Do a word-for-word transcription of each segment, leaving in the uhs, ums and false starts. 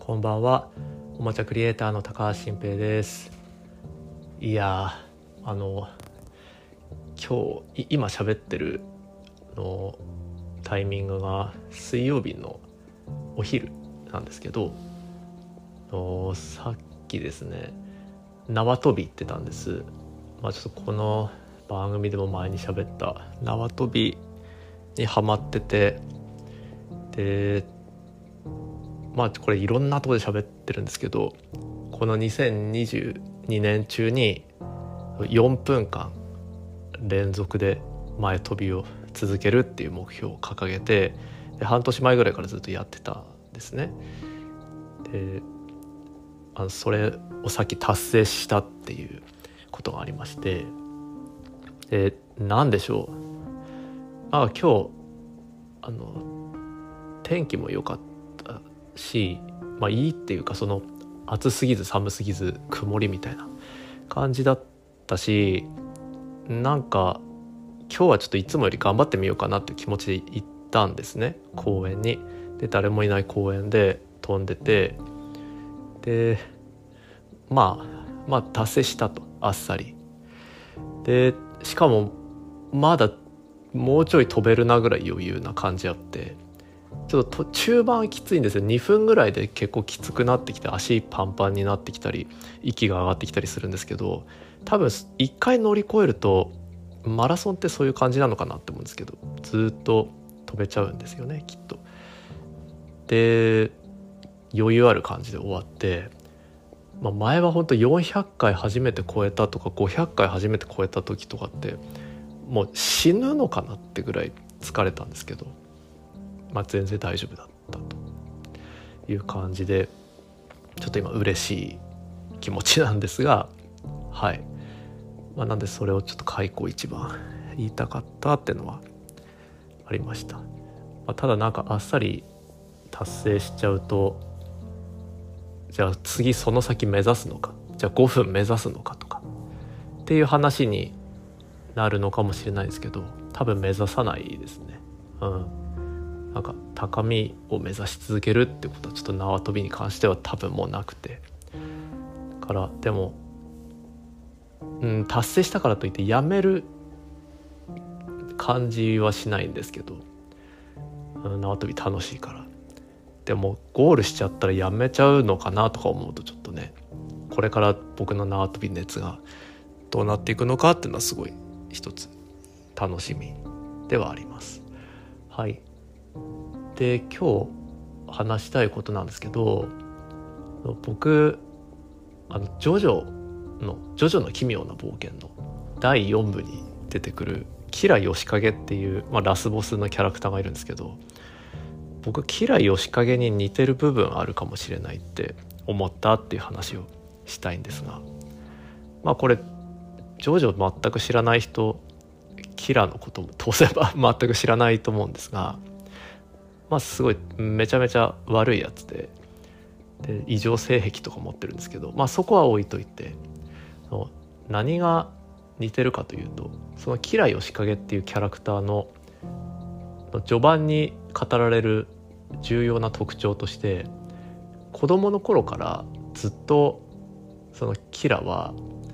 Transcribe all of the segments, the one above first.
こんばんは。おもちゃクリエイターの高橋新平です。いやあの今日今喋ってるのタイミングが水曜日のお昼なんですけど、のさっきですね縄跳び行ってたんです。まあ、ちょっとこの番組でも前に喋った縄跳びにハマってて、でまあこれいろんなところで喋ってるんですけど、このにせんにじゅうにねん中によんぷんかん連続で前跳びを続けるっていう目標を掲げて、で半年前ぐらいからずっとやってたんですね。であのそれをさっき達成したっていうことがありまして、でなんでしょう、まあ今日あの天気も良かったし、まあいいっていうか、その暑すぎず寒すぎず曇りみたいな感じだったし、なんか今日はちょっといつもより頑張ってみようかなっていう気持ちで行ったんですね、公園に。で誰もいない公園で飛んでて、でまあまあ達成したと、あっさり。でしかもまだもうちょい飛べるなぐらい余裕な感じあって、ちょっと中盤きついんですよ。にふんぐらいで結構きつくなってきて、足パンパンになってきたり息が上がってきたりするんですけど、多分いっかい乗り越えると、マラソンってそういう感じなのかなって思うんですけど、ずっと飛べちゃうんですよねきっと。で余裕ある感じで終わって、まあ、前は本当よんひゃっかい初めて超えたとかごひゃっかい初めて超えた時とかってもう死ぬのかなってぐらい疲れたんですけど、まあ、全然大丈夫だったという感じで、ちょっと今嬉しい気持ちなんですが、はい、まあ、なんでそれをちょっと開口一番言いたかったっていうのはありました。まあ、ただなんかあっさり達成しちゃうと、じゃあ次その先目指すのか、じゃあごふん目指すのかとかっていう話になるのかもしれないですけど、多分目指さないですね。うんなんか高みを目指し続けるってことはちょっと縄跳びに関しては多分もうなくて、だからでも、うん、達成したからといってやめる感じはしないんですけど、うん、縄跳び楽しいから。でもゴールしちゃったらやめちゃうのかなとか思うと、ちょっとね、これから僕の縄跳び熱がどうなっていくのかっていうのはすごい一つ楽しみではあります。はい。で今日話したいことなんですけど、僕あのジョジョのジョジョの奇妙な冒険のだいよんぶに出てくるキラヨシカゲっていう、まあ、ラスボスのキャラクターがいるんですけど、僕キラヨシカゲに似てる部分あるかもしれないって思ったっていう話をしたいんですが、まあこれジョジョ全く知らない人、キラのことも当然全く知らないと思うんですが、まあすごいめちゃめちゃ悪いやつで、で異常性癖とか持ってるんですけど、まあそこは置いといて、何が似てるかというと、そのキラヨシカゲっていうキャラクターの序盤に語られる重要な特徴として、子供の頃からずっとそのキラは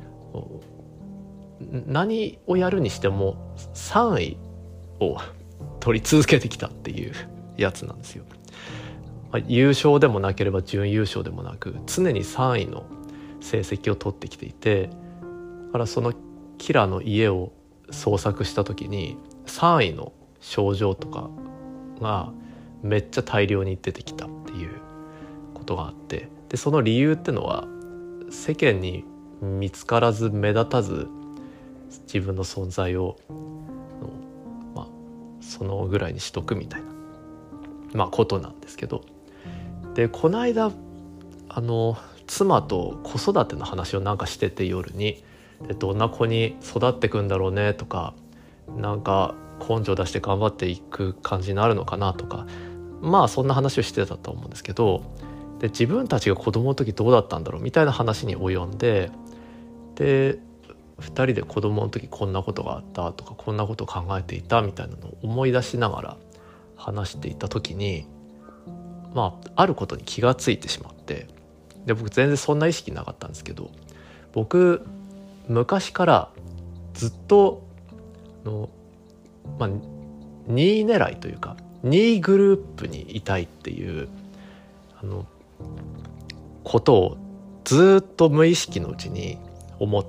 何をやるにしてもさんいを取り続けてきたっていうやつなんですよ。まあ、優勝でもなければ準優勝でもなく、常にさんいの成績を取ってきていて、だからそのキラの家を捜索した時にさんいの賞状とかがめっちゃ大量に出てきたっていうことがあって、でその理由ってのは、世間に見つからず目立たず自分の存在を、まあ、そのぐらいにしとくみたいな、まあ、ことなんですけど、でこの間あの妻と子育ての話をなんかしてて、夜にでどんな子に育ってくんだろうねとか、なんか根性出して頑張っていく感じになるのかなとか、まあそんな話をしてたと思うんですけど、で自分たちが子供の時どうだったんだろうみたいな話に及んで、でふたりで子供の時こんなことがあったとか、こんなことを考えていたみたいなのを思い出しながら話していた時に、 まああることに気がついてしまって、で僕全然そんな意識なかったんですけど、僕昔からずっとの、まあ、にい狙いというかにいグループにいたいっていうあのことをずっと無意識のうちに思って、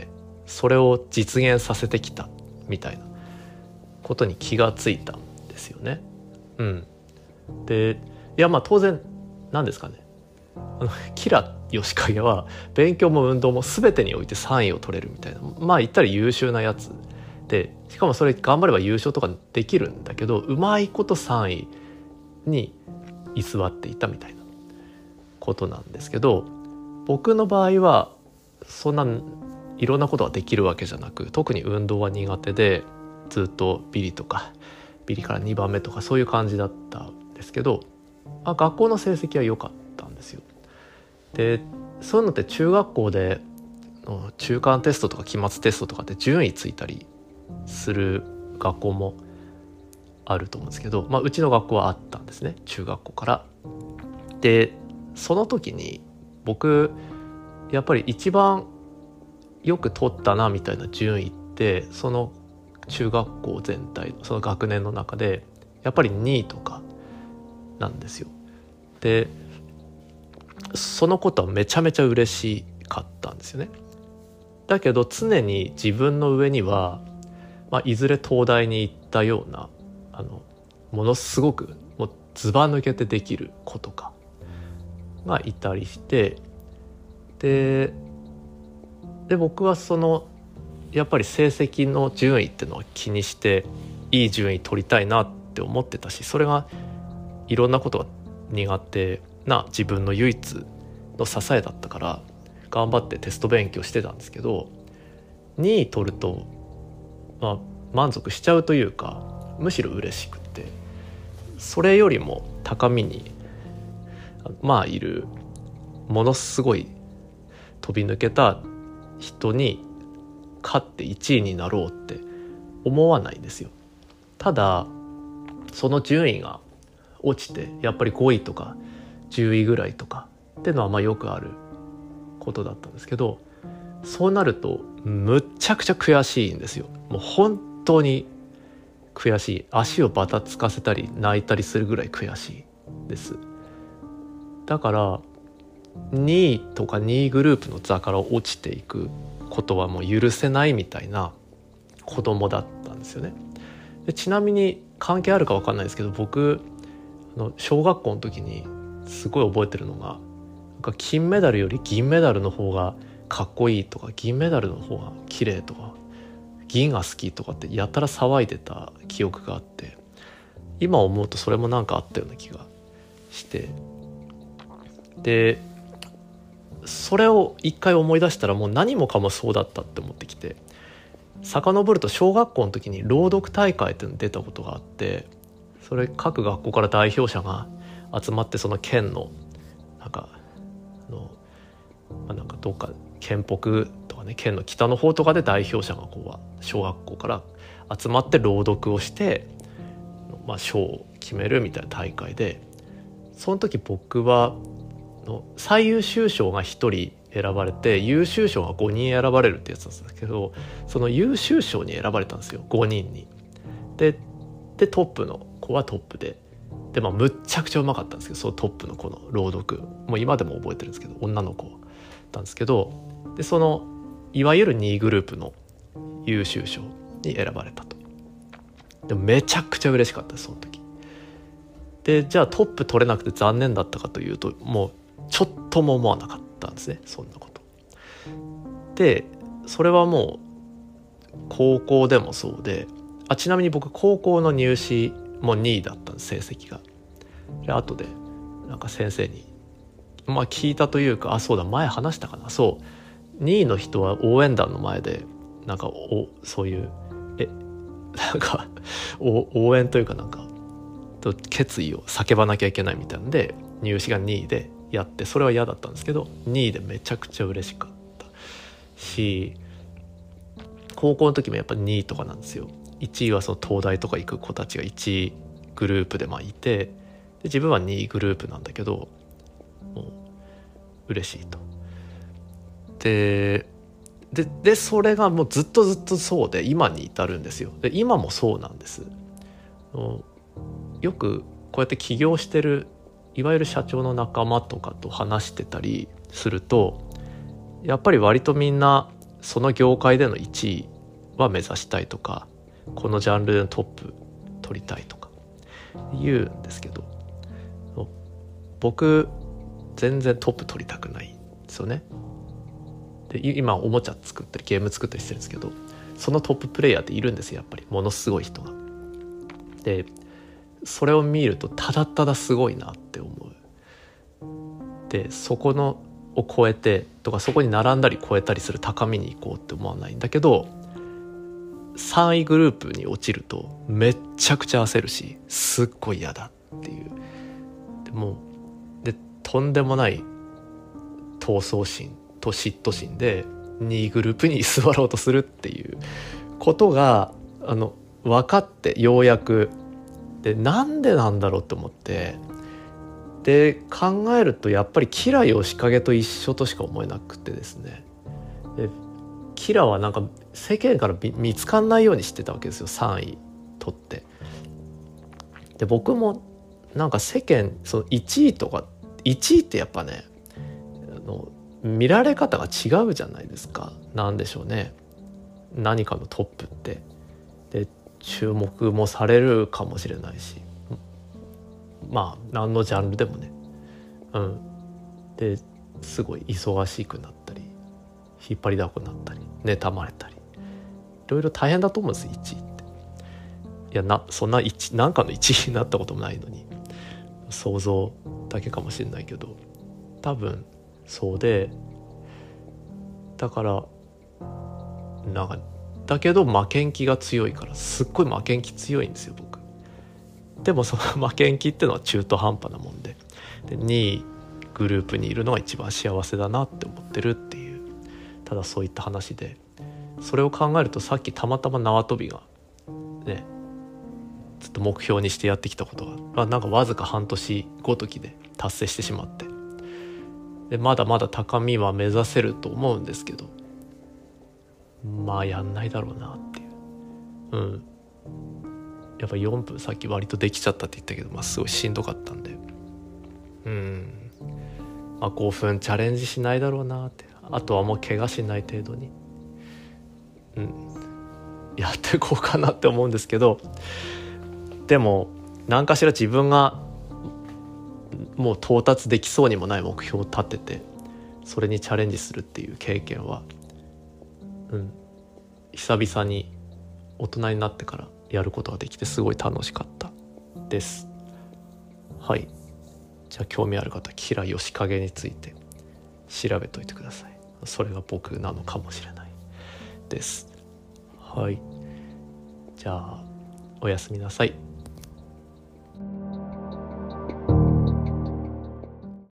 それを実現させてきたみたいなことに気がついたんですよね。うん、でいやまあ当然なんですかね、あのキラヨシカゲは勉強も運動も全てにおいてさんいを取れるみたいな、まあ言ったら優秀なやつで、しかもそれ頑張れば優勝とかできるんだけど、うまいことさんいに居座っていたみたいなことなんですけど、僕の場合はそんないろんなことができるわけじゃなく、特に運動は苦手でずっとビリとかビリからにばんめとかそういう感じだったんですけど、まあ、学校の成績は良かったんですよ。でそういうのって中学校で中間テストとか期末テストとかって順位ついたりする学校もあると思うんですけど、まあ、うちの学校はあったんですね、中学校から。でその時に僕やっぱり一番よく取ったなみたいな順位って、その中学校全体その学年の中でやっぱりにいとかなんですよ。でそのことはめちゃめちゃ嬉しかったんですよね。だけど常に自分の上には、まあ、いずれ東大に行ったようなあのものすごくもうずば抜けてできる子とかがいたりして、でで僕はそのやっぱり成績の順位っていうのは気にしていい順位取りたいなって思ってたし、それがいろんなことが苦手な自分の唯一の支えだったから頑張ってテスト勉強してたんですけど、にい取ると、まあ、満足しちゃうというか、むしろ嬉しくて、それよりも高みにまあいるものすごい飛び抜けた人に勝っていちいになろうって思わないんですよ。ただその順位が落ちてやっぱりごいとかじゅういぐらいとかっていうのはまあよくあることだったんですけど、そうなるとむっちゃくちゃ悔しいんですよ。もう本当に悔しい、足をバタつかせたり泣いたりするぐらい悔しいです。だからにいとかにいグループの座から落ちていくことはもう許せないみたいな子供だったんですよね。でちなみに関係あるか分かんないですけど、僕あの小学校の時にすごい覚えてるのが、なんか金メダルより銀メダルの方がかっこいいとか、銀メダルの方が綺麗とか、銀が好きとかってやたら騒いでた記憶があって、今思うとそれもなんかあったような気がして、でそれを一回思い出したらもう何もかもそうだったって思ってきて、遡ると小学校の時に朗読大会っていうのに出たことがあって、それ各学校から代表者が集まって、その県のなんかあの、まあ、なんかどっか県北とかね、県の北の方とかで代表者がこう小学校から集まって朗読をして、まあ、賞を決めるみたいな大会で、その時僕はの最優秀賞がひとり選ばれて優秀賞がごにん選ばれるってやつなんですけど、その優秀賞に選ばれたんですよ、ごにんに。ででトップの子はトップでで、まあ、むっちゃくちゃうまかったんですけど、そのトップの子の朗読もう今でも覚えてるんですけど、女の子だったんですけど、でそのいわゆるにいグループの優秀賞に選ばれたと。でもめちゃくちゃ嬉しかったです、その時。でじゃあトップ取れなくて残念だったかというと、もうちょっとも思わなかったんですね、そんなこと。でそれはもう高校でもそうで、あちなみに僕高校の入試もにいだったんです、成績が。で後でなんか先生にまあ聞いたというか、あそうだ前話したかな、そうにいの人は応援団の前でなんかおそういうえなんか応援というかなんか決意を叫ばなきゃいけないみたいなんで入試がにいでやって、それは嫌だったんですけどにいでめちゃくちゃ嬉しかったし、高校の時もやっぱにいとかなんですよ。いちいはその東大とか行く子たちがいちグループでまあいて、 自分はにいグループなんだけど、もう嬉しいと。でででそれがもうずっとずっとそうで今に至るんですよ。で今もそうなんです。よくこうやって起業してるいわゆる社長の仲間とかと話してたりすると、やっぱり割とみんなその業界でのいちいは目指したいとか、このジャンルでのトップ取りたいとか言うんですけど、僕全然トップ取りたくないんですよね。で今おもちゃ作ったりゲーム作ったりしてるんですけど、そのトッププレイヤーっているんですよ、やっぱりものすごい人が。でそれを見るとただただすごいなって思う。でそこのを超えてとか、そこに並んだり超えたりする高みに行こうって思わないんだけど、さんいグループに落ちるとめっちゃくちゃ焦るし、すっごい嫌だっていう。でもでとんでもない闘争心と嫉妬心でにいグループに座ろうとするっていうことがあの分かって、ようやくでなんでなんだろうと思って、で考えるとやっぱりキラヨシカゲと一緒としか思えなくてですね。でキラはなんか世間から見つかんないようにしてたわけですよ、さんい取って。で僕もなんか世間そのいちいとかいちいってやっぱね、あの見られ方が違うじゃないですか。なんでしょうね、何かのトップってで注目もされるかもしれないし、まあ何のジャンルでもね、うんですごい忙しくなったり引っ張りだこになったり妬まれたりいろいろ大変だと思うんです、いちいって。いやなそんな一なんかのいちいになったこともないのに、想像だけかもしれないけど多分そうで、だからなんかだけど負けん気が強いから、すっごい負けん気強いんですよ僕。でもその負けん気っていうのは中途半端なもんで、でにいグループにいるのが一番幸せだなって思ってるっていう、ただそういった話で、それを考えるとさっきたまたま縄跳びがねずっと目標にしてやってきたことが、まあ、なんかわずか半年ごときで達成してしまって、でまだまだ高みは目指せると思うんですけど、まあやんないだろうなっていう。うんやっぱよんぷんさっき割とできちゃったって言ったけど、まあすごいしんどかったんで、うんまあごふんチャレンジしないだろうなって。あとはもう怪我しない程度にうんやっていこうかなって思うんですけど、でも何かしら自分がもう到達できそうにもない目標を立ててそれにチャレンジするっていう経験は、うん、久々に大人になってからやることができてすごい楽しかったです。はい、じゃあ興味ある方キラヨシカゲについて調べといてください。それが僕なのかもしれないです。はい、じゃあおやすみなさい。